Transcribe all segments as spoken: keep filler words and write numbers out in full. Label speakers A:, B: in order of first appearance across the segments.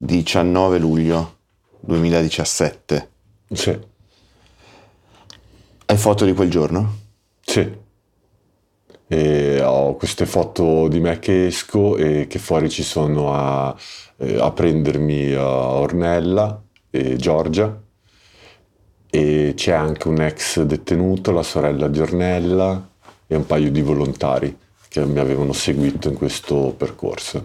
A: diciannove luglio duemiladiciassette.
B: Sì.
A: Hai foto di quel giorno?
B: Sì. E ho queste foto di me che esco e che fuori ci sono a, eh, a prendermi a Ornella e Giorgia, e c'è anche un ex detenuto, la sorella di Ornella e un paio di volontari che mi avevano seguito in questo percorso.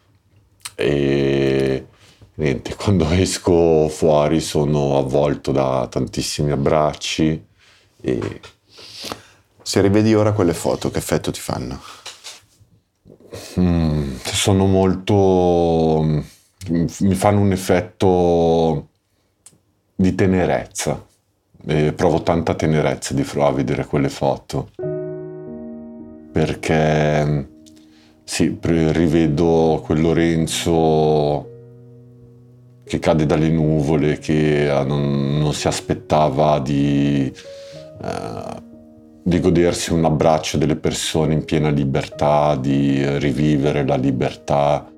B: E niente, quando esco fuori sono avvolto da tantissimi abbracci e
A: Se rivedi ora quelle foto, che effetto ti fanno?
B: mm, sono molto... mi fanno un effetto di tenerezza. E provo tanta tenerezza di fronte a vedere quelle foto, perché sì, rivedo quel Lorenzo che cade dalle nuvole, che non, non si aspettava di, eh, di godersi un abbraccio delle persone in piena libertà, di rivivere la libertà.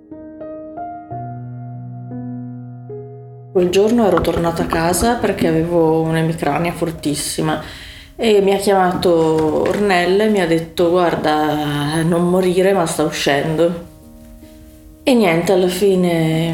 C: Quel giorno ero tornata a casa perché avevo un'emicrania fortissima e mi ha chiamato Ornella e mi ha detto: guarda, non morire, ma sta uscendo. E niente, alla fine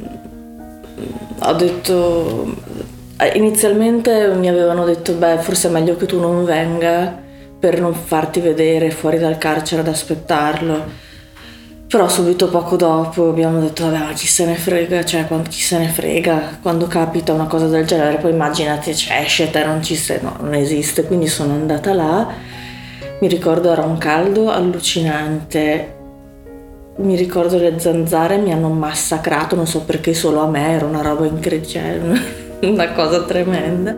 C: ho detto, inizialmente mi avevano detto beh, forse è meglio che tu non venga per non farti vedere fuori dal carcere ad aspettarlo. Però subito poco dopo abbiamo detto vabbè, ma chi se ne frega, cioè quando, chi se ne frega quando capita una cosa del genere, poi immaginati, cioè esce te, non ci sei, no, non esiste. Quindi sono andata là, mi ricordo era un caldo allucinante, mi ricordo le zanzare mi hanno massacrato, non so perché solo a me, era una roba incredibile, una cosa tremenda.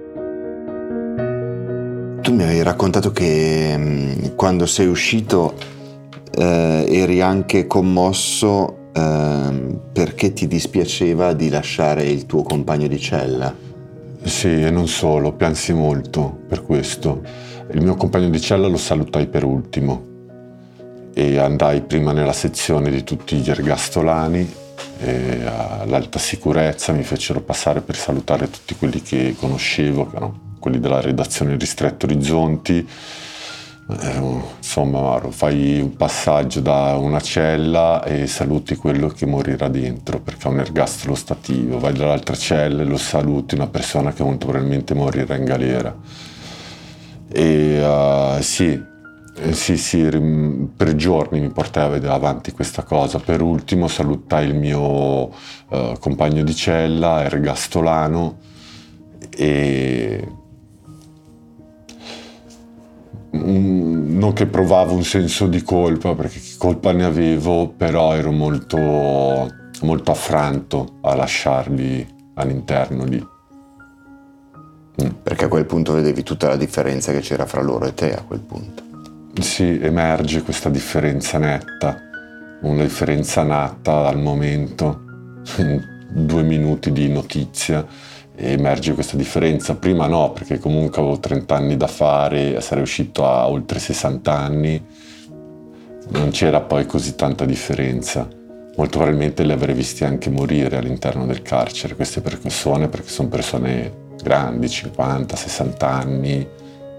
A: Tu mi avevi raccontato che mh, quando sei uscito eh, eri anche commosso eh, perché ti dispiaceva di lasciare il tuo compagno di cella.
B: Sì, e non solo, piansi molto per questo. Il mio compagno di cella lo salutai per ultimo e andai prima nella sezione di tutti gli ergastolani e all'alta sicurezza mi fecero passare per salutare tutti quelli che conoscevo, che erano quelli della redazione Ristretto Orizzonti. Eh, insomma, fai un passaggio da una cella e saluti quello che morirà dentro perché è un ergastolo stativo, vai dall'altra cella e lo saluti una persona che molto probabilmente morirà in galera. E uh, sì, eh, sì, sì, per giorni mi portai avanti questa cosa. Per ultimo salutai il mio uh, compagno di cella, ergastolano, e non che provavo un senso di colpa, perché che colpa ne avevo, però ero molto, molto affranto a lasciarli all'interno lì.
A: Mm. Perché a quel punto vedevi tutta la differenza che c'era fra loro e te a quel punto.
B: Sì, emerge questa differenza netta, una differenza nata al momento, due minuti di notizia, e emerge questa differenza. Prima no, perché comunque avevo trenta anni da fare, sarei uscito a oltre sessanta anni, non c'era poi così tanta differenza. Molto probabilmente li avrei visti anche morire all'interno del carcere, queste persone, perché sono persone grandi, cinquanta, sessanta anni.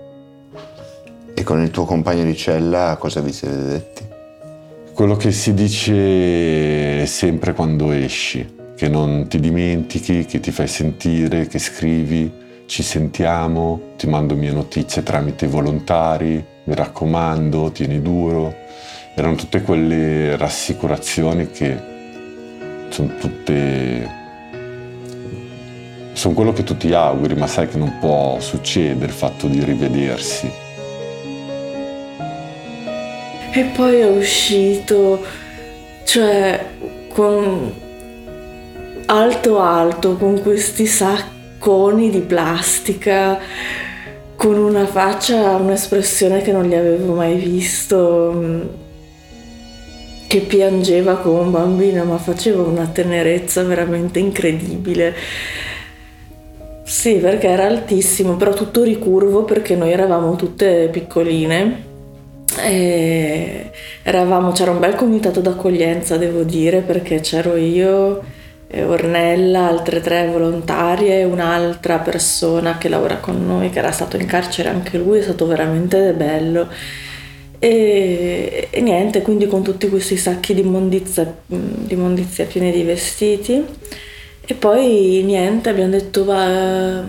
A: E con il tuo compagno di cella cosa vi siete detti?
B: Quello che si dice sempre quando esci, che non ti dimentichi, che ti fai sentire, che scrivi, ci sentiamo, ti mando mie notizie tramite i volontari, mi raccomando, tieni duro. Erano tutte quelle rassicurazioni che sono tutte... sono quello che tu ti auguri, ma sai che non può succedere il fatto di rivedersi.
C: E poi è uscito, cioè, con alto alto, con questi sacconi di plastica, con una faccia, un'espressione che non gli avevo mai visto, che piangeva come un bambino, ma faceva una tenerezza veramente incredibile. Sì, perché era altissimo, però tutto ricurvo perché noi eravamo tutte piccoline. E eravamo, c'era un bel comitato d'accoglienza, devo dire, perché c'ero io, e Ornella, altre tre volontarie, un'altra persona che lavora con noi, che era stato in carcere anche lui, è stato veramente bello. E, e niente, quindi con tutti questi sacchi di immondizia, di immondizia pieni di vestiti. E poi niente, abbiamo detto va,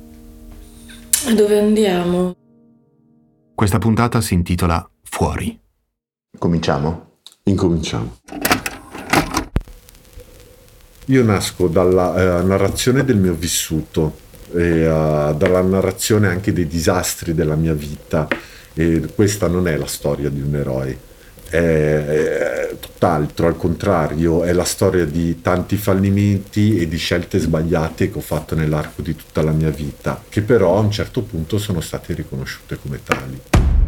C: dove andiamo?
D: Questa puntata si intitola Fuori.
A: Cominciamo?
B: Incominciamo. Io nasco dalla eh, narrazione del mio vissuto e uh, dalla narrazione anche dei disastri della mia vita, e questa non è la storia di un eroe, è, è tutt'altro, al contrario, è la storia di tanti fallimenti e di scelte sbagliate che ho fatto nell'arco di tutta la mia vita, che però a un certo punto sono state riconosciute come tali.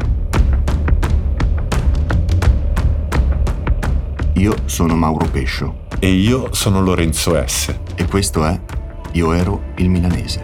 D: Io sono Mauro Pescio.
B: E io sono Lorenzo S.
D: E questo è Io ero il milanese.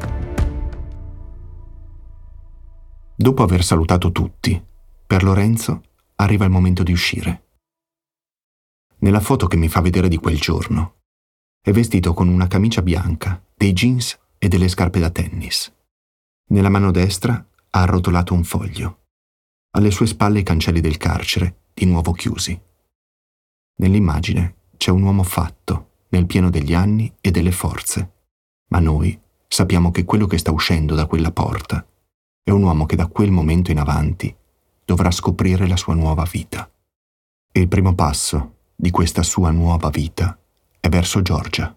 D: Dopo aver salutato tutti, per Lorenzo arriva il momento di uscire. Nella foto che mi fa vedere di quel giorno, è vestito con una camicia bianca, dei jeans e delle scarpe da tennis. Nella mano destra ha arrotolato un foglio. Alle sue spalle i cancelli del carcere, di nuovo chiusi. Nell'immagine c'è un uomo fatto, nel pieno degli anni e delle forze, ma noi sappiamo che quello che sta uscendo da quella porta è un uomo che da quel momento in avanti dovrà scoprire la sua nuova vita. E il primo passo di questa sua nuova vita è verso Giorgia.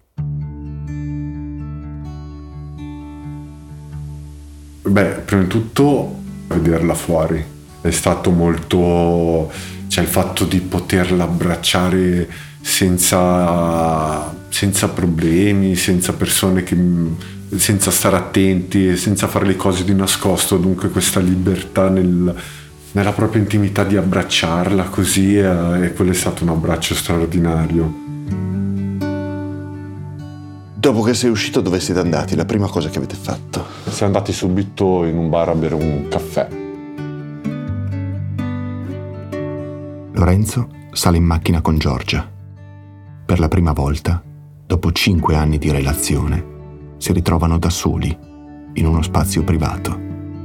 B: Beh, prima di tutto vederla fuori è stato molto... c'è il fatto di poterla abbracciare senza, senza problemi, senza persone che... senza stare attenti, senza fare le cose di nascosto, dunque questa libertà nel, nella propria intimità di abbracciarla così, e, e quello è stato un abbraccio straordinario.
A: Dopo che sei uscito, dove siete andati? La prima cosa che avete fatto?
B: Siamo andati subito in un bar a bere un caffè.
D: Lorenzo sale in macchina con Giorgia. Per la prima volta, dopo cinque anni di relazione, si ritrovano da soli, in uno spazio privato.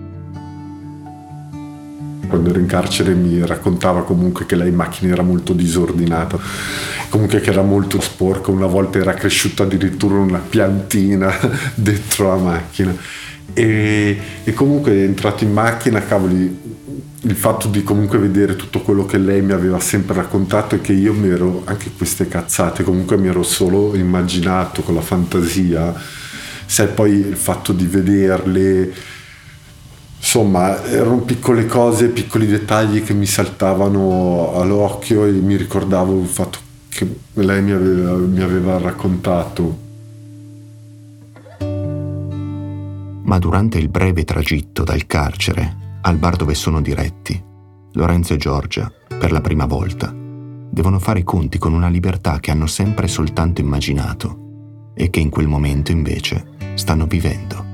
B: Quando ero in carcere mi raccontava comunque che lei in macchina era molto disordinata, comunque che era molto sporca, una volta era cresciuta addirittura una piantina dentro la macchina. E, e comunque è entrato in macchina, cavoli, il fatto di comunque vedere tutto quello che lei mi aveva sempre raccontato e che io mi ero, anche queste cazzate, comunque mi ero solo immaginato con la fantasia, sai, poi il fatto di vederle, insomma, erano piccole cose, piccoli dettagli che mi saltavano all'occhio e mi ricordavo il fatto che lei mi aveva, mi aveva raccontato.
D: Ma durante il breve tragitto dal carcere al bar dove sono diretti, Lorenzo e Giorgia, per la prima volta, devono fare i conti con una libertà che hanno sempre soltanto immaginato e che in quel momento invece stanno vivendo.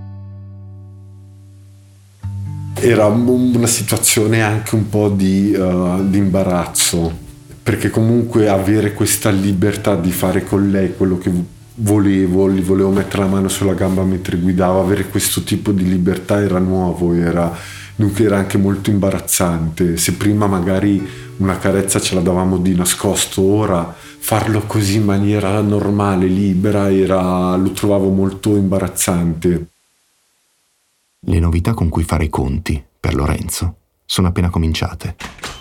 B: Era una situazione anche un po' di, uh, di imbarazzo, perché comunque avere questa libertà di fare con lei quello che volevo, gli volevo mettere la mano sulla gamba mentre guidava, avere questo tipo di libertà era nuovo, era, dunque era anche molto imbarazzante. Se prima magari una carezza ce la davamo di nascosto, ora farlo così in maniera normale, libera, era, lo trovavo molto imbarazzante.
D: Le novità con cui fare i conti, per Lorenzo, sono appena cominciate.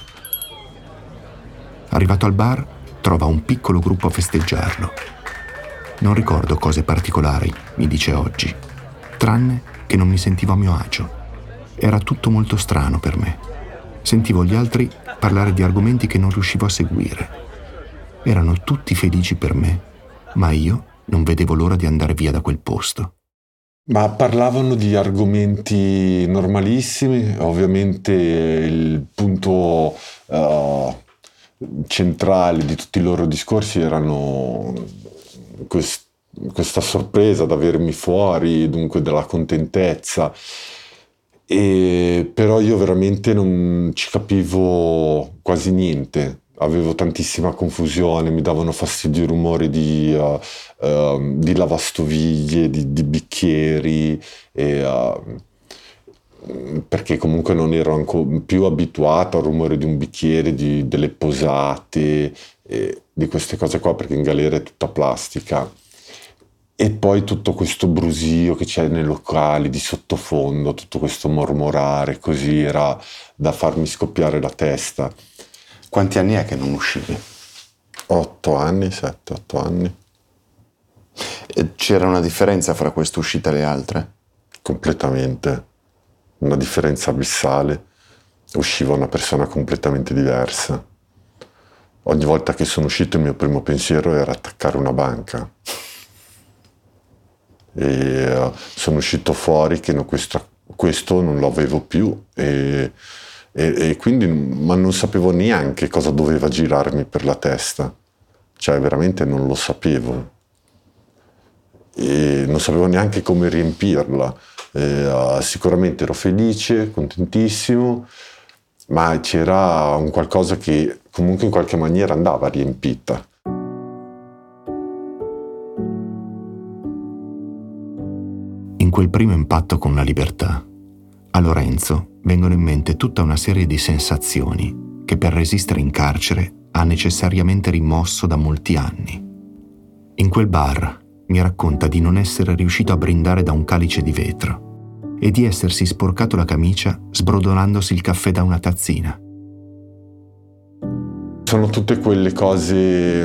D: Arrivato al bar, trova un piccolo gruppo a festeggiarlo. Non ricordo cose particolari, mi dice oggi, tranne che non mi sentivo a mio agio. Era tutto molto strano per me. Sentivo gli altri parlare di argomenti che non riuscivo a seguire. Erano tutti felici per me, ma io non vedevo l'ora di andare via da quel posto.
B: Ma parlavano di argomenti normalissimi, ovviamente il punto uh, centrale di tutti i loro discorsi erano quest- questa sorpresa ad avermi fuori, dunque della contentezza, e però io veramente non ci capivo quasi niente. avevo tantissima confusione, mi davano fastidio i rumori di, uh, uh, di lavastoviglie, di, di bicchieri, e, uh, perché comunque non ero ancora più abituato al rumore di un bicchiere, di, delle posate, e di queste cose qua, perché in galera è tutta plastica. E poi tutto questo brusio che c'è nei locali di sottofondo, tutto questo mormorare, così era da farmi scoppiare la testa.
A: Quanti anni è che non uscivi?
B: Otto anni, sette, otto anni.
A: E c'era una differenza fra questa uscita e le altre?
B: Completamente. Una differenza abissale. Usciva una persona completamente diversa. Ogni volta che sono uscito il mio primo pensiero era attaccare una banca. E uh, sono uscito fuori che no, questo, questo non lo avevo più e, e, e quindi ma non sapevo neanche cosa doveva girarmi per la testa, cioè veramente non lo sapevo e non sapevo neanche come riempirla. E, uh, sicuramente ero felice, contentissimo, ma c'era un qualcosa che comunque in qualche maniera andava riempita.
D: In quel primo impatto con la libertà, a Lorenzo vengono in mente tutta una serie di sensazioni che per resistere in carcere ha necessariamente rimosso da molti anni. In quel bar mi racconta di non essere riuscito a brindare da un calice di vetro e di essersi sporcato la camicia sbrodolandosi il caffè da una tazzina.
B: Sono tutte quelle cose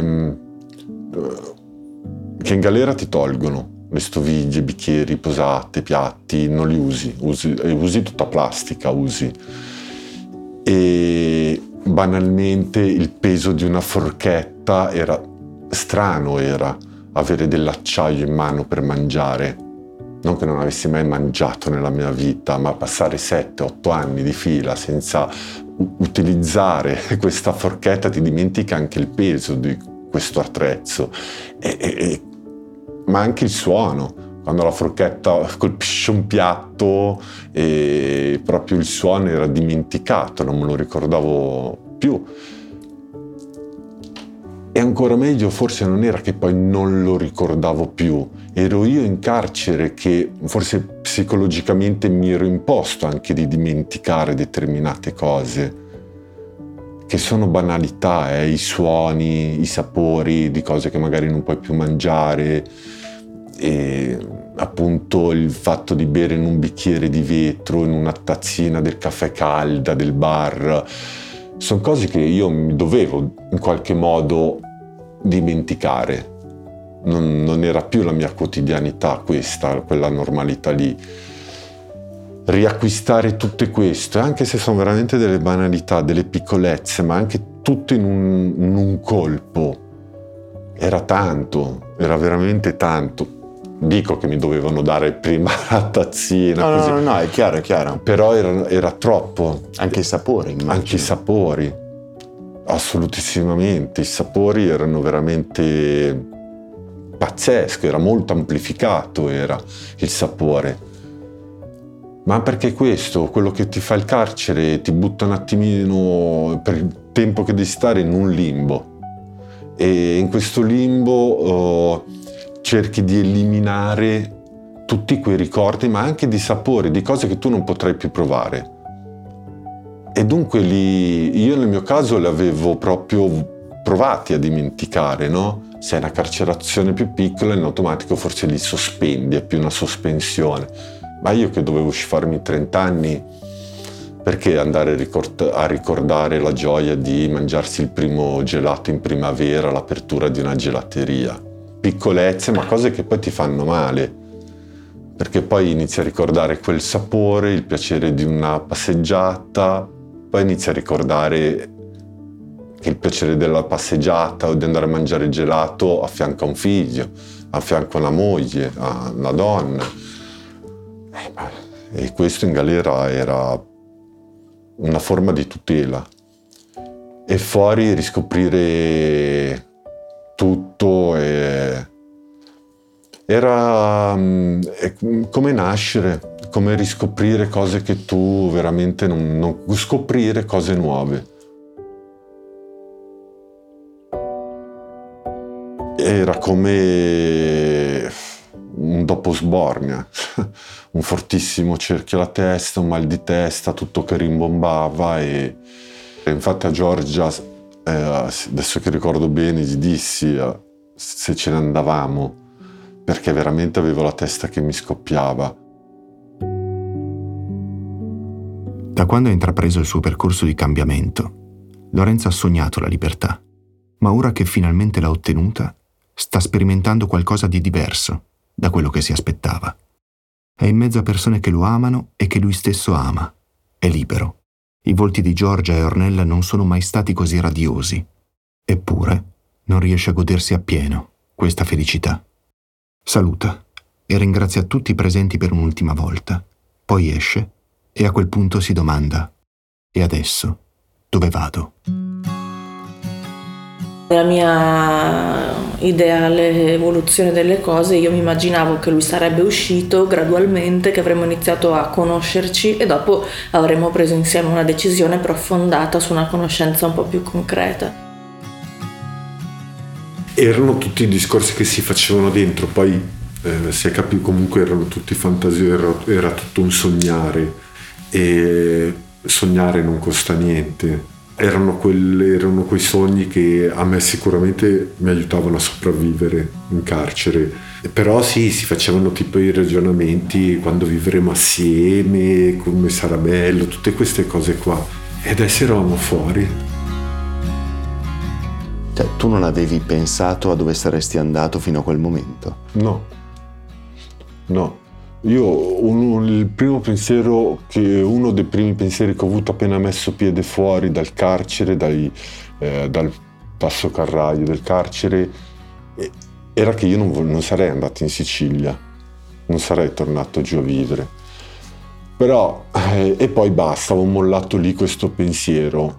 B: che in galera ti tolgono. Le stoviglie, bicchieri, posate, piatti, non li usi, usi, usi tutta plastica, usi. E banalmente il peso di una forchetta era strano, era avere dell'acciaio in mano per mangiare. Non che non avessi mai mangiato nella mia vita, ma passare sette otto anni di fila senza u- utilizzare questa forchetta ti dimentica anche il peso di questo attrezzo. E, e, ma anche il suono, quando la forchetta colpisce un piatto e proprio il suono era dimenticato, non me lo ricordavo più. E ancora meglio forse non era che poi non lo ricordavo più, ero io in carcere che forse psicologicamente mi ero imposto anche di dimenticare determinate cose, che sono banalità, eh? I suoni, i sapori di cose che magari non puoi più mangiare, e appunto il fatto di bere in un bicchiere di vetro, in una tazzina del caffè calda del bar, sono cose che io mi dovevo in qualche modo dimenticare. Non, non era più la mia quotidianità questa, quella normalità lì. Riacquistare tutte queste, anche se sono veramente delle banalità, delle piccolezze, ma anche tutte in un, in un colpo, era tanto, era veramente tanto. Dico che mi dovevano dare prima la tazzina.
A: No,
B: così.
A: no, no, no, è chiaro, è chiaro.
B: Però era, era troppo.
A: Anche i sapori, immagino.
B: Anche i sapori, assolutissimamente. I sapori erano veramente pazzeschi, era molto amplificato, era il sapore. Ma perché questo, quello che ti fa il carcere, ti butta un attimino per il tempo che devi stare in un limbo. E in questo limbo uh, cerchi di eliminare tutti quei ricordi, ma anche di sapori, di cose che tu non potrai più provare. E dunque lì, io nel mio caso li avevo proprio provati a dimenticare, no? Se è una carcerazione più piccola, in automatico forse li sospendi, è più una sospensione. Ma io che dovevo farmi trenta anni, perché andare a, ricord- a ricordare la gioia di mangiarsi il primo gelato in primavera, l'apertura di una gelateria? Piccolezze, ma cose che poi ti fanno male, perché poi inizi a ricordare quel sapore, il piacere di una passeggiata, poi inizi a ricordare che il piacere della passeggiata o di andare a mangiare il gelato a fianco a un figlio, a fianco a una moglie, a una donna. E questo in galera era una forma di tutela. E fuori riscoprire tutto e era è come nascere, come riscoprire cose che tu veramente non, non scoprire cose nuove. era come un dopo sbornia, un fortissimo cerchio alla testa, un mal di testa, tutto che rimbombava e, e infatti a Giorgia, eh, adesso che ricordo bene, gli dissi eh, se ce ne andavamo, perché veramente avevo la testa che mi scoppiava.
D: Da quando ha intrapreso il suo percorso di cambiamento, Lorenzo ha sognato la libertà, ma ora che finalmente l'ha ottenuta, sta sperimentando qualcosa di diverso da quello che si aspettava. È in mezzo a persone che lo amano e che lui stesso ama. È libero. I volti di Giorgia e Ornella non sono mai stati così radiosi. Eppure non riesce a godersi appieno questa felicità. Saluta e ringrazia tutti i presenti per un'ultima volta. Poi esce e a quel punto si domanda: e adesso dove vado?
C: La mia ideale evoluzione delle cose, io mi immaginavo che lui sarebbe uscito gradualmente, che avremmo iniziato a conoscerci e dopo avremmo preso insieme una decisione profondata su una conoscenza un po' più concreta.
B: Erano tutti i discorsi che si facevano dentro, poi eh, si è capito, comunque erano tutti fantasie, era, era tutto un sognare e sognare non costa niente. Erano, quelle, erano quei sogni che a me sicuramente mi aiutavano a sopravvivere in carcere. Però sì, si facevano tipo i ragionamenti, quando vivremo assieme, come sarà bello, tutte queste cose qua. E adesso eravamo fuori.
A: Cioè, tu non avevi pensato a dove saresti andato fino a quel momento?
B: No, no. Io un, il primo pensiero, che uno dei primi pensieri che ho avuto appena messo piede fuori dal carcere, dai, eh, dal passo Carraio del carcere, eh, era che io non, non sarei andato in Sicilia, non sarei tornato giù a vivere. Però, eh, e poi basta, ho mollato lì questo pensiero.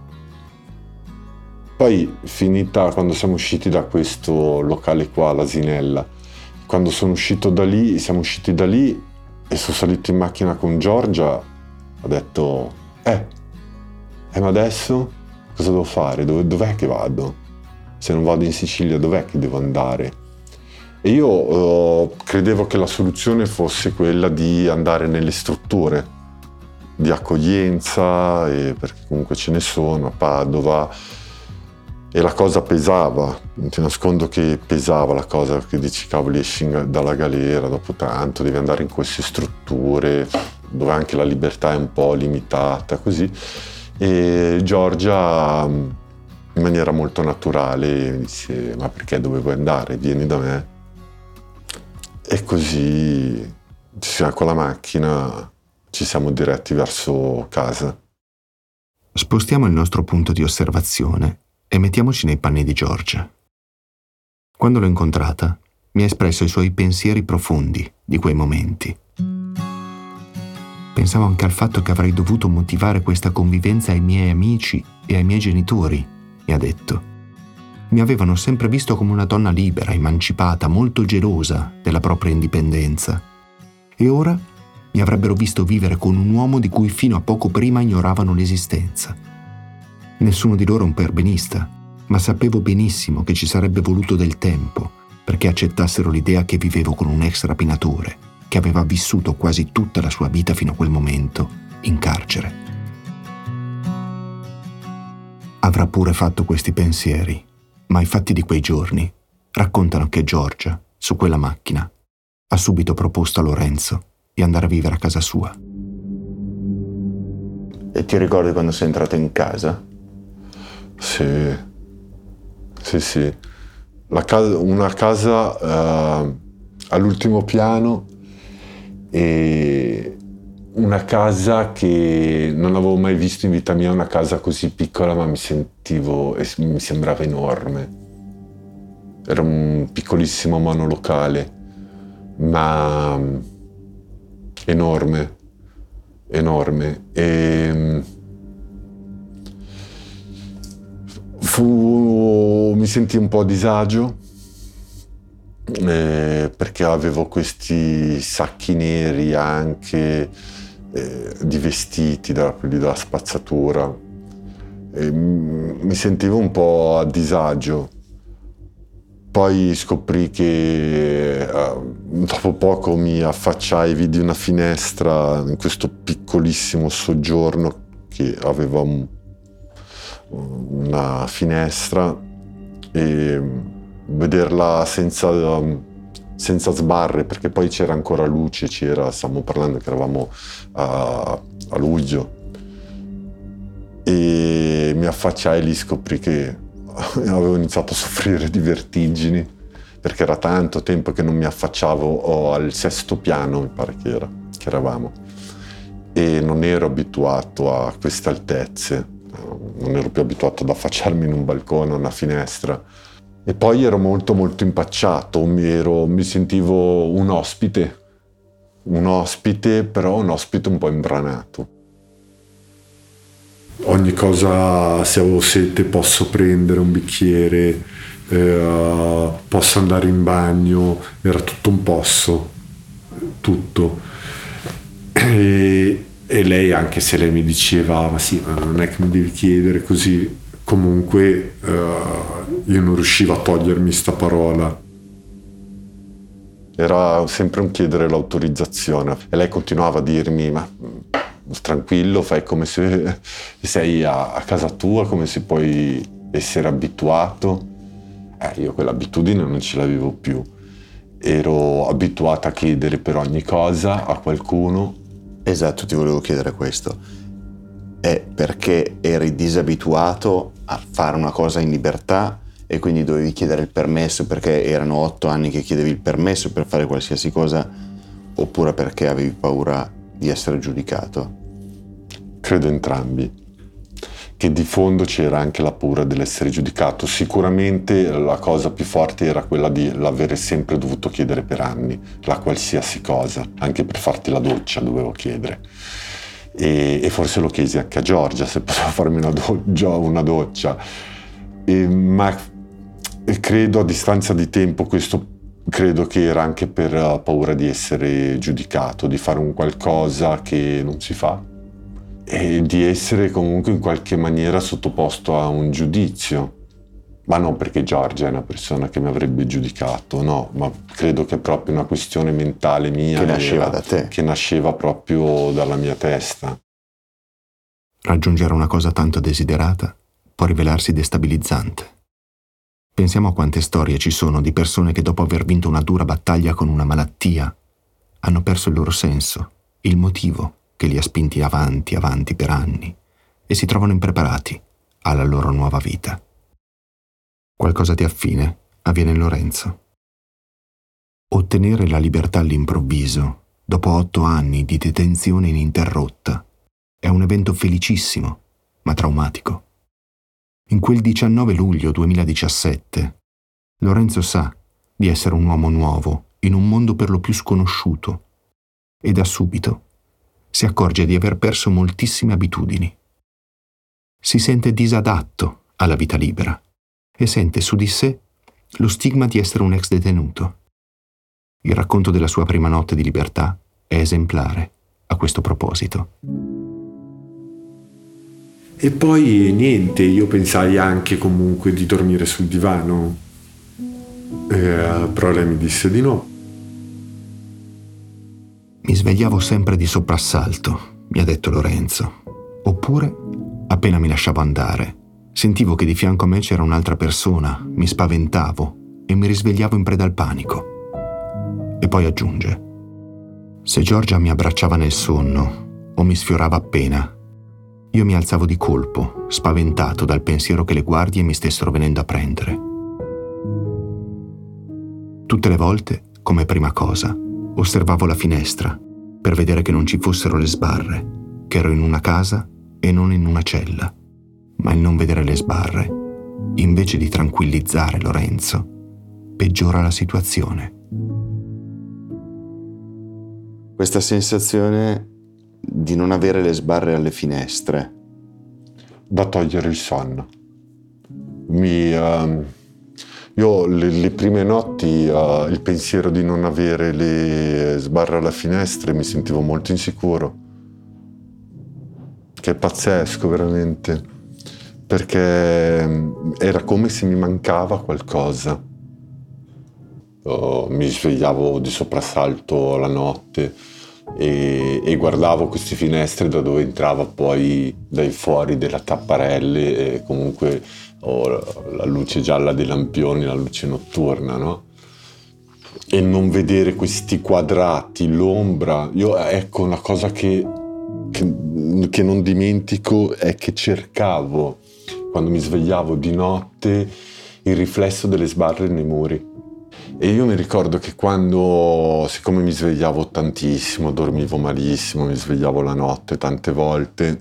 B: Poi, finita, quando siamo usciti da questo locale qua, l'Asinella, quando sono uscito da lì, siamo usciti da lì, e sono salito in macchina con Giorgia, ho detto, eh, eh ma adesso cosa devo fare? Dove, dov'è che vado? Se non vado in Sicilia, dov'è che devo andare? E io eh, credevo che la soluzione fosse quella di andare nelle strutture di accoglienza, e perché comunque ce ne sono a Padova, e la cosa pesava, non ti nascondo che pesava la cosa, che dici cavoli, esci dalla galera dopo tanto, devi andare in queste strutture dove anche la libertà è un po' limitata, così. E Giorgia in maniera molto naturale mi disse, ma perché dove vuoi andare? Vieni da me. E così con la macchina ci siamo diretti verso casa.
D: Spostiamo il nostro punto di osservazione e mettiamoci nei panni di Giorgia. Quando l'ho incontrata, mi ha espresso i suoi pensieri profondi di quei momenti. Pensavo anche al fatto che avrei dovuto motivare questa convivenza ai miei amici e ai miei genitori, mi ha detto. Mi avevano sempre visto come una donna libera, emancipata, molto gelosa della propria indipendenza. E ora mi avrebbero visto vivere con un uomo di cui fino a poco prima ignoravano l'esistenza. Nessuno di loro è un perbenista, ma sapevo benissimo che ci sarebbe voluto del tempo perché accettassero l'idea che vivevo con un ex rapinatore che aveva vissuto quasi tutta la sua vita fino a quel momento in carcere. Avrà pure fatto questi pensieri, ma i fatti di quei giorni raccontano che Giorgia, su quella macchina, ha subito proposto a Lorenzo di andare a vivere a casa sua.
A: E ti ricordi quando sei entrata in casa?
B: Sì, sì, sì. La casa, una casa uh, all'ultimo piano, e una casa che non avevo mai visto in vita mia, una casa così piccola, ma mi sentivo, mi sembrava enorme. Era un piccolissimo monolocale, ma enorme, enorme. E fu, mi sentii un po' a disagio, eh, perché avevo questi sacchi neri anche eh, di vestiti da, quelli della spazzatura, e mi sentivo un po' a disagio, poi scoprì che eh, dopo poco mi affacciai, vidi una finestra in questo piccolissimo soggiorno che aveva un, una finestra, e vederla senza, senza sbarre, perché poi c'era ancora luce, c'era, stiamo parlando che eravamo a, a luglio, e mi affacciai lì, scoprì che avevo iniziato a soffrire di vertigini, perché era tanto tempo che non mi affacciavo al sesto piano, mi pare che era, che eravamo, e non ero abituato a queste altezze, non ero più abituato ad affacciarmi in un balcone, a una finestra. E poi ero molto molto impacciato, mi, ero, mi sentivo un ospite, un ospite, però un ospite un po' imbranato.
E: Ogni cosa, se avevo sete posso prendere un bicchiere, eh, posso andare in bagno, era tutto un posso, tutto. E, e lei, anche se lei mi diceva ma sì, ma non è che mi devi chiedere così, comunque eh, io non riuscivo a togliermi sta parola.
B: Era sempre un chiedere l'autorizzazione, e lei continuava a dirmi ma tranquillo, fai come se sei a, a casa tua, come se puoi essere abituato. Eh, io quell'abitudine non ce l'avevo più, ero abituata a chiedere per ogni cosa a qualcuno.
A: Esatto, ti volevo chiedere questo. È perché eri disabituato a fare una cosa in libertà e quindi dovevi chiedere il permesso, perché erano otto anni che chiedevi il permesso per fare qualsiasi cosa, oppure perché avevi paura di essere giudicato?
B: Credo entrambi, che di fondo c'era anche la paura dell'essere giudicato. Sicuramente la cosa più forte era quella di l'avere sempre dovuto chiedere per anni, la qualsiasi cosa, anche per farti la doccia dovevo chiedere. E, e forse lo chiesi anche a Giorgia se poteva farmi una, do- una doccia. E, ma credo a distanza di tempo questo credo che era anche per uh, paura di essere giudicato, di fare un qualcosa che non si fa e di essere comunque in qualche maniera sottoposto a un giudizio. Ma non perché Giorgia è una persona che mi avrebbe giudicato, no, ma credo che è proprio una questione mentale mia
A: che nasceva da te,
B: che nasceva proprio dalla mia testa.
D: Raggiungere una cosa tanto desiderata può rivelarsi destabilizzante. Pensiamo a quante storie ci sono di persone che dopo aver vinto una dura battaglia con una malattia hanno perso il loro senso, il motivo che li ha spinti avanti, avanti per anni e si trovano impreparati alla loro nuova vita. Qualcosa di affine avviene in Lorenzo. Ottenere la libertà all'improvviso, dopo otto anni di detenzione ininterrotta, è un evento felicissimo, ma traumatico. In quel diciannove luglio duemiladiciassette, Lorenzo sa di essere un uomo nuovo in un mondo per lo più sconosciuto e da subito si accorge di aver perso moltissime abitudini. Si sente disadatto alla vita libera e sente su di sé lo stigma di essere un ex detenuto. Il racconto della sua prima notte di libertà è esemplare a questo proposito.
E: E poi niente, io pensai anche comunque di dormire sul divano, eh, però lei mi disse di no.
D: Mi svegliavo sempre di soprassalto, mi ha detto Lorenzo, oppure, appena mi lasciavo andare, sentivo che di fianco a me c'era un'altra persona, mi spaventavo e mi risvegliavo in preda al panico. E poi aggiunge: se Giorgia mi abbracciava nel sonno o mi sfiorava appena, io mi alzavo di colpo, spaventato dal pensiero che le guardie mi stessero venendo a prendere. Tutte le volte, come prima cosa, osservavo la finestra per vedere che non ci fossero le sbarre, che ero in una casa e non in una cella. Ma il non vedere le sbarre, invece di tranquillizzare Lorenzo, peggiora la situazione.
A: Questa sensazione di non avere le sbarre alle finestre.
B: Da togliere il sonno. Mi, uh, io le, le prime notti uh, il pensiero di non avere le sbarre alle finestre mi sentivo molto insicuro. Che è pazzesco veramente, perché era come se mi mancava qualcosa. uh, mi svegliavo di soprassalto la notte e, e guardavo queste finestre da dove entrava poi dai fuori della tapparelle e comunque oh, la luce gialla dei lampioni, la luce notturna, no? E non vedere questi quadrati, l'ombra. Io, ecco, una cosa che, che, che non dimentico è che cercavo, quando mi svegliavo di notte, il riflesso delle sbarre nei muri. E io mi ricordo che quando, siccome mi svegliavo tantissimo, dormivo malissimo, mi svegliavo la notte tante volte,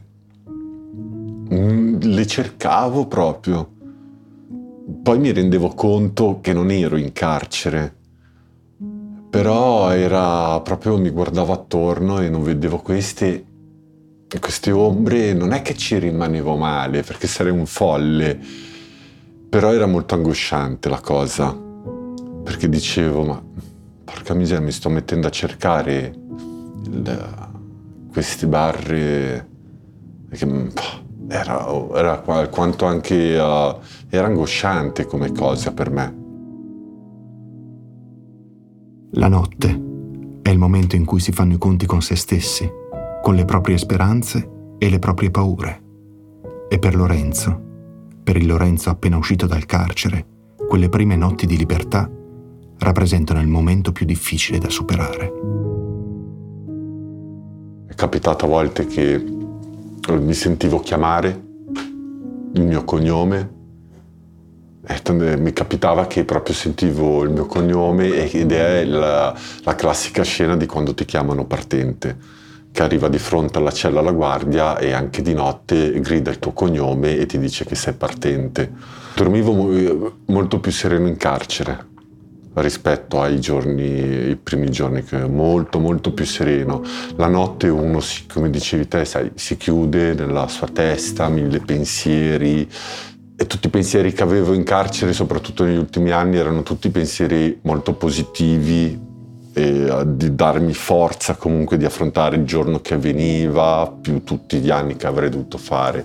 B: le cercavo proprio. Poi mi rendevo conto che non ero in carcere, però era proprio, mi guardavo attorno e non vedevo queste, queste ombre. Non è che ci rimanevo male, perché sarei un folle, però era molto angosciante la cosa, perché dicevo, ma porca miseria, mi sto mettendo a cercare il, queste barre, che, era, era quanto anche, uh, era angosciante come cosa per me.
D: La notte è il momento in cui si fanno i conti con se stessi, con le proprie speranze e le proprie paure. E per Lorenzo, per il Lorenzo appena uscito dal carcere, quelle prime notti di libertà rappresentano il momento più difficile da superare.
B: È capitato a volte che mi sentivo chiamare il mio cognome. E mi capitava che proprio sentivo il mio cognome, ed è la, la classica scena di quando ti chiamano partente, che arriva di fronte alla cella alla guardia e anche di notte grida il tuo cognome e ti dice che sei partente. Dormivo molto più sereno in carcere rispetto ai giorni, i primi giorni, che molto molto più sereno. La notte uno, si, come dicevi te, sai, si chiude nella sua testa, mille pensieri. E tutti i pensieri che avevo in carcere, soprattutto negli ultimi anni, erano tutti pensieri molto positivi, e di darmi forza comunque di affrontare il giorno che veniva, più tutti gli anni che avrei dovuto fare.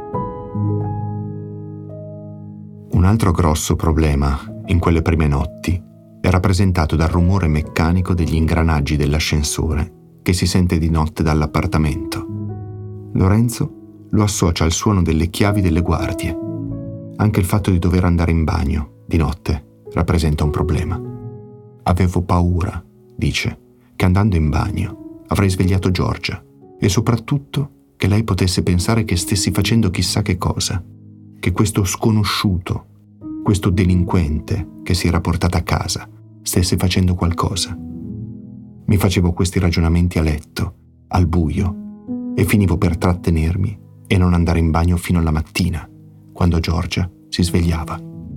D: Un altro grosso problema in quelle prime notti è rappresentato dal rumore meccanico degli ingranaggi dell'ascensore che si sente di notte dall'appartamento. Lorenzo lo associa al suono delle chiavi delle guardie. Anche il fatto di dover andare in bagno di notte rappresenta un problema. Avevo paura, dice, che andando in bagno avrei svegliato Giorgia e soprattutto che lei potesse pensare che stessi facendo chissà che cosa, che questo sconosciuto, questo delinquente che si era portato a casa, stesse facendo qualcosa. Mi facevo questi ragionamenti a letto, al buio, e finivo per trattenermi e non andare in bagno fino alla mattina, quando Giorgia si svegliava.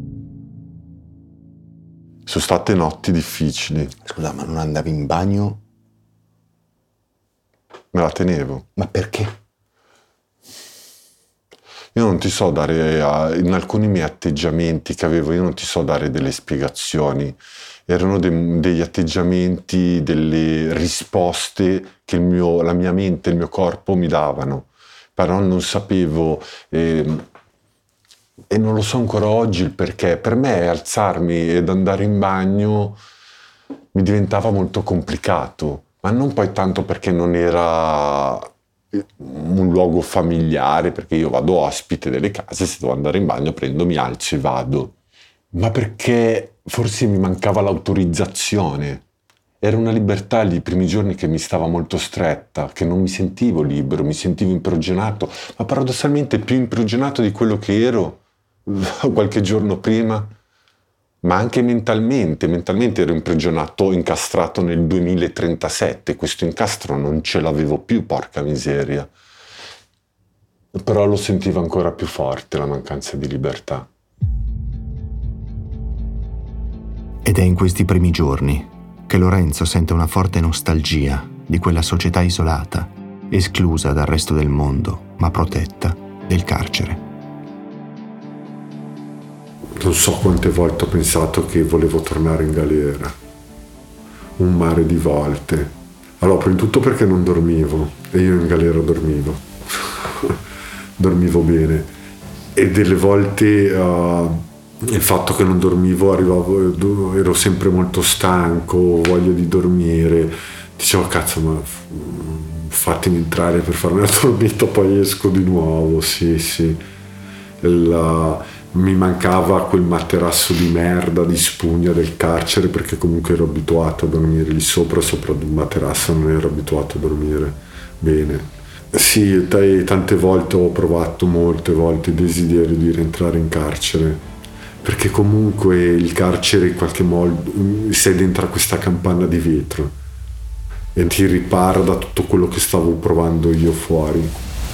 B: Sono state notti difficili.
A: Scusa, ma non andavi in bagno?
B: Me la tenevo.
A: Ma perché?
B: Io non ti so dare, in alcuni miei atteggiamenti che avevo, io non ti so dare delle spiegazioni. Erano de, degli atteggiamenti, delle risposte che il mio, la mia mente, il mio corpo mi davano. Però non sapevo... Eh, E non lo so ancora oggi il perché. Per me alzarmi ed andare in bagno mi diventava molto complicato, ma non poi tanto perché non era un luogo familiare, perché io vado ospite delle case, se devo andare in bagno prendo, mi alzo e vado, ma perché forse mi mancava l'autorizzazione. Era una libertà lì, i primi giorni, che mi stava molto stretta, che non mi sentivo libero, mi sentivo imprigionato, ma paradossalmente più imprigionato di quello che ero qualche giorno prima, ma anche mentalmente. Mentalmente ero imprigionato, incastrato nel duemilatrentasette, questo incastro non ce l'avevo più, porca miseria. Però lo sentivo ancora più forte, la mancanza di libertà.
D: Ed è in questi primi giorni che Lorenzo sente una forte nostalgia di quella società isolata, esclusa dal resto del mondo, ma protetta, del carcere.
E: Non so quante volte ho pensato che volevo tornare in galera. Un mare di volte. Allora, prima di tutto perché non dormivo, e io in galera dormivo. dormivo bene. E delle volte uh, il fatto che non dormivo, arrivavo, ero sempre molto stanco, voglia di dormire, dicevo cazzo ma fatemi entrare per farmi la dormita, poi esco di nuovo. Sì, sì. La, mi mancava quel materasso di merda, di spugna del carcere, perché comunque ero abituato a dormire lì sopra, sopra ad un materasso non ero abituato a dormire bene. Sì, t- tante volte ho provato, molte volte, il desiderio di rientrare in carcere, perché comunque il carcere in qualche modo sei dentro a questa campana di vetro e ti ripara da tutto quello che stavo provando io fuori.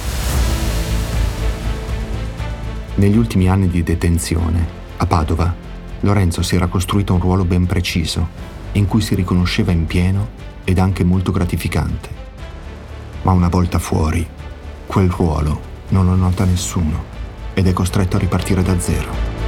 D: Negli ultimi anni di detenzione, a Padova, Lorenzo si era costruito un ruolo ben preciso, in cui si riconosceva in pieno ed anche molto gratificante. Ma una volta fuori, quel ruolo non lo nota nessuno ed è costretto a ripartire da zero.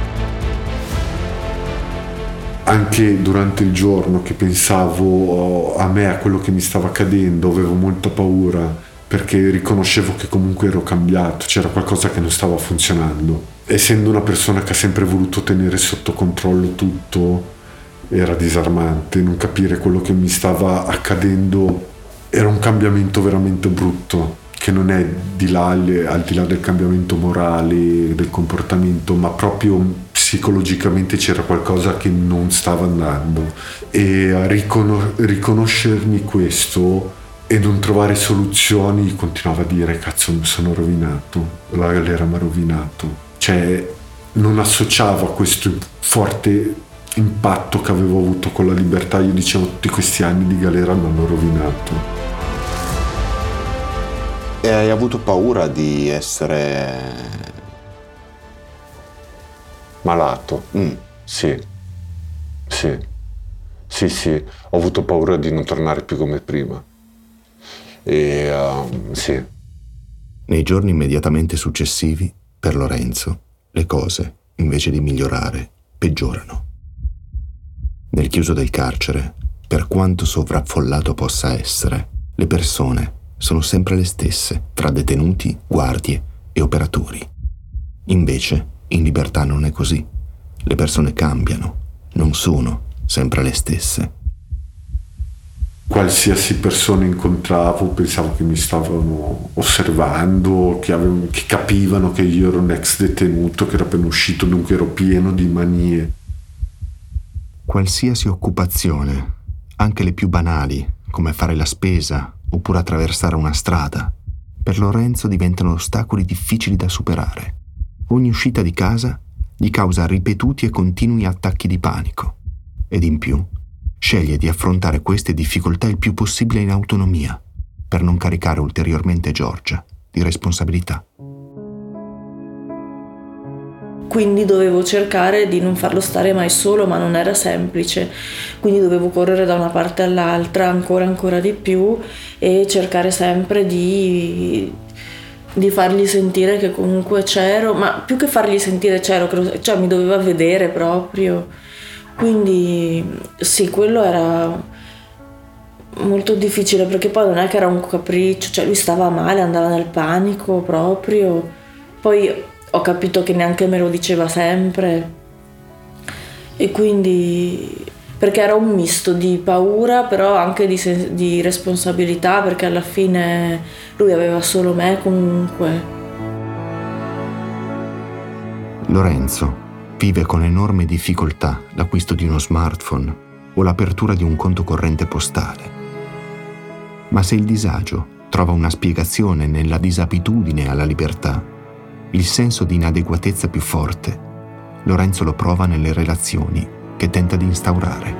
E: Anche durante il giorno che pensavo a me, a quello che mi stava accadendo, avevo molta paura, perché riconoscevo che comunque ero cambiato, c'era qualcosa che non stava funzionando. Essendo una persona che ha sempre voluto tenere sotto controllo tutto, era disarmante, non capire quello che mi stava accadendo. Era un cambiamento veramente brutto, che non è di là, al di là del cambiamento morale, del comportamento, ma proprio psicologicamente c'era qualcosa che non stava andando. E riconos- riconoscermi questo e non trovare soluzioni, continuavo a dire cazzo mi sono rovinato, la galera mi ha rovinato. Cioè non associavo a questo forte impatto che avevo avuto con la libertà. Io dicevo tutti questi anni di galera mi hanno rovinato.
A: E hai avuto paura di essere
B: malato?
A: Mm.
B: Sì, sì, sì, sì, ho avuto paura di non tornare più come prima. E uh, sì.
D: Nei giorni immediatamente successivi, per Lorenzo, le cose, invece di migliorare, peggiorano. Nel chiuso del carcere, per quanto sovraffollato possa essere, le persone sono sempre le stesse tra detenuti, guardie e operatori. Invece, in libertà non è così. Le persone cambiano, non sono sempre le stesse.
E: Qualsiasi persona incontravo pensavo che mi stavano osservando, che, avevo, che capivano che io ero un ex detenuto, che ero appena uscito, dunque ero pieno di manie.
D: Qualsiasi occupazione, anche le più banali, come fare la spesa oppure attraversare una strada, per Lorenzo diventano ostacoli difficili da superare. Ogni uscita di casa gli causa ripetuti e continui attacchi di panico. Ed in più, sceglie di affrontare queste difficoltà il più possibile in autonomia, per non caricare ulteriormente Giorgia di responsabilità.
C: Quindi dovevo cercare di non farlo stare mai solo, ma non era semplice. Quindi dovevo correre da una parte all'altra ancora ancora di più e cercare sempre di, di fargli sentire che comunque c'ero, ma più che fargli sentire c'ero, cioè mi doveva vedere proprio. Quindi sì, quello era molto difficile, perché poi non è che era un capriccio, cioè lui stava male, andava nel panico proprio. Poi ho capito che neanche me lo diceva sempre, e quindi perché era un misto di paura però anche di, sen- di responsabilità, perché alla fine lui aveva solo me comunque.
D: Lorenzo vive con enorme difficoltà l'acquisto di uno smartphone o l'apertura di un conto corrente postale. Ma se il disagio trova una spiegazione nella disabitudine alla libertà, il senso di inadeguatezza più forte, Lorenzo lo prova nelle relazioni che tenta di instaurare.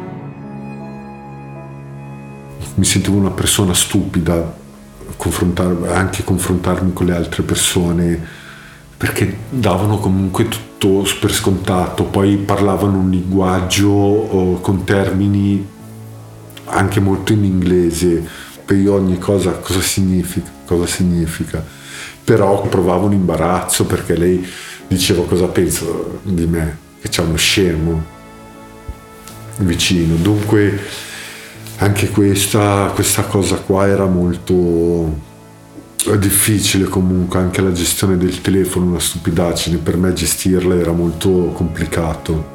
E: Mi sentivo una persona stupida, confrontar- anche confrontarmi con le altre persone, perché davano comunque tutto per scontato, poi parlavano un linguaggio oh, con termini anche molto in inglese, per io ogni cosa cosa significa, cosa significa. Però provavo un imbarazzo perché lei diceva cosa pensa di me, che c'è uno scemo vicino. Dunque anche questa, questa cosa qua era molto È difficile comunque, anche la gestione del telefono, una stupidaggine, per me gestirla era molto complicato.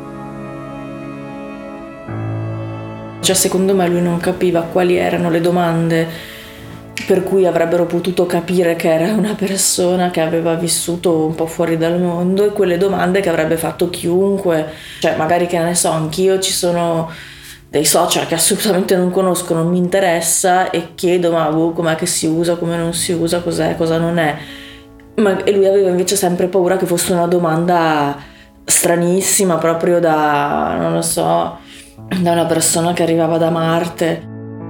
C: Cioè, secondo me lui non capiva quali erano le domande per cui avrebbero potuto capire che era una persona che aveva vissuto un po' fuori dal mondo, e quelle domande che avrebbe fatto chiunque. Cioè, magari, che ne so, anch'io ci sono dei social che assolutamente non conosco, non mi interessa, e chiedo ma boh, com'è che si usa, come non si usa, cos'è, cosa non è. Ma, e lui aveva invece sempre paura che fosse una domanda stranissima, proprio da, non lo so, da una persona che arrivava da Marte.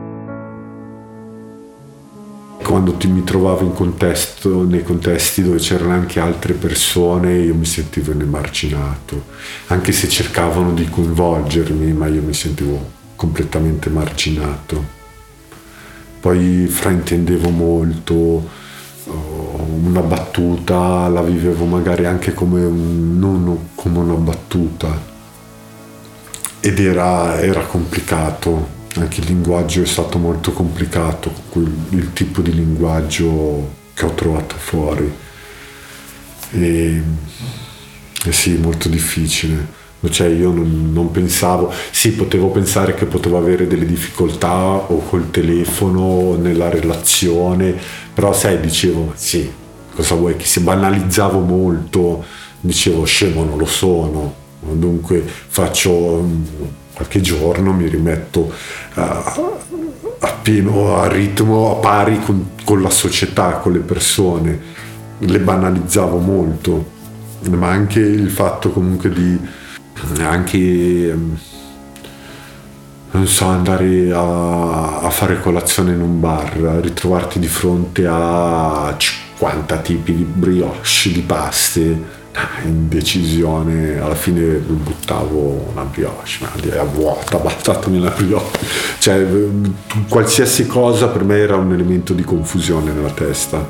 E: Quando ti mi trovavo in contesto, nei contesti dove c'erano anche altre persone, io mi sentivo emarginato, anche se cercavano di coinvolgermi, ma io mi sentivo completamente emarginato. Poi fraintendevo molto, una battuta la vivevo magari anche come un, non come una battuta, ed era, era complicato. Anche il linguaggio è stato molto complicato, il tipo di linguaggio che ho trovato fuori. E, e sì, molto difficile. Cioè, io non, non pensavo, sì, potevo pensare che potevo avere delle difficoltà o col telefono o nella relazione, però sai, dicevo, sì, cosa vuoi, che se banalizzavo molto, dicevo, scemo non lo sono, dunque faccio... qualche giorno mi rimetto uh, a pieno a ritmo, a pari con, con la società, con le persone. Le banalizzavo molto, ma anche il fatto comunque di anche non so, andare a, a fare colazione in un bar, ritrovarti di fronte a cinquanta tipi di brioche, di paste, indecisione, alla fine buttavo una brioche, ma è vuota, battatemi la brioche, cioè qualsiasi cosa per me era un elemento di confusione nella testa.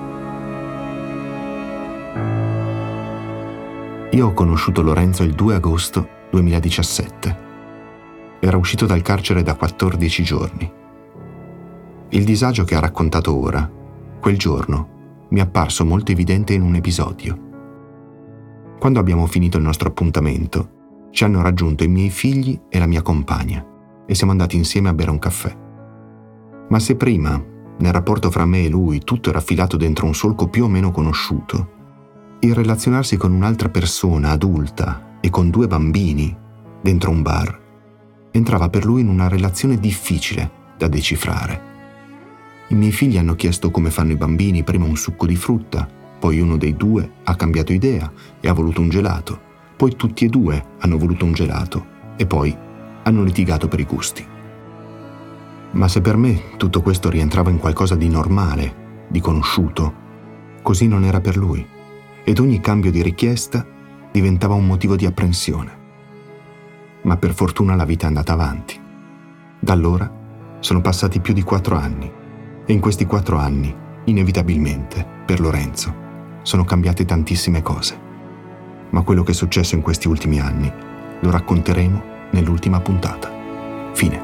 D: Io ho conosciuto Lorenzo il due agosto duemiladiciassette. Era uscito dal carcere da quattordici giorni. Il disagio che ha raccontato ora, quel giorno, mi è apparso molto evidente in un episodio. Quando abbiamo finito il nostro appuntamento, ci hanno raggiunto i miei figli e la mia compagna e siamo andati insieme a bere un caffè. Ma se prima, nel rapporto fra me e lui, tutto era filato dentro un solco più o meno conosciuto, il relazionarsi con un'altra persona adulta e con due bambini dentro un bar entrava per lui in una relazione difficile da decifrare. I miei figli hanno chiesto come fanno i bambini, prima un succo di frutta, poi uno dei due ha cambiato idea e ha voluto un gelato, poi tutti e due hanno voluto un gelato e poi hanno litigato per i gusti. Ma se per me tutto questo rientrava in qualcosa di normale, di conosciuto, così non era per lui, ed ogni cambio di richiesta diventava un motivo di apprensione. Ma per fortuna la vita è andata avanti. Da allora sono passati più di quattro anni e in questi quattro anni, inevitabilmente, per Lorenzo, sono cambiate tantissime cose. Ma quello che è successo in questi ultimi anni lo racconteremo nell'ultima puntata. Fine.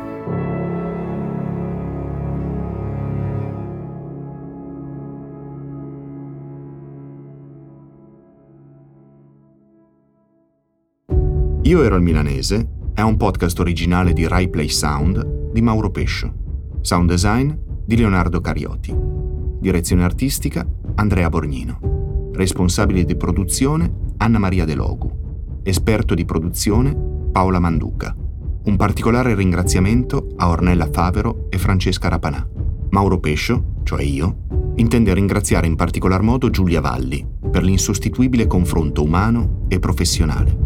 D: Io ero il Milanese è un podcast originale di Rai Play Sound di Mauro Pescio. Sound design di Leonardo Carioti. Direzione artistica Andrea Borgnino. Responsabile di produzione Anna Maria De Logu. Esperto di produzione Paola Manduca. Un particolare ringraziamento a Ornella Favero e Francesca Rapanà. Mauro Pescio, cioè io, intende ringraziare in particolar modo Giulia Valli per l'insostituibile confronto umano e professionale.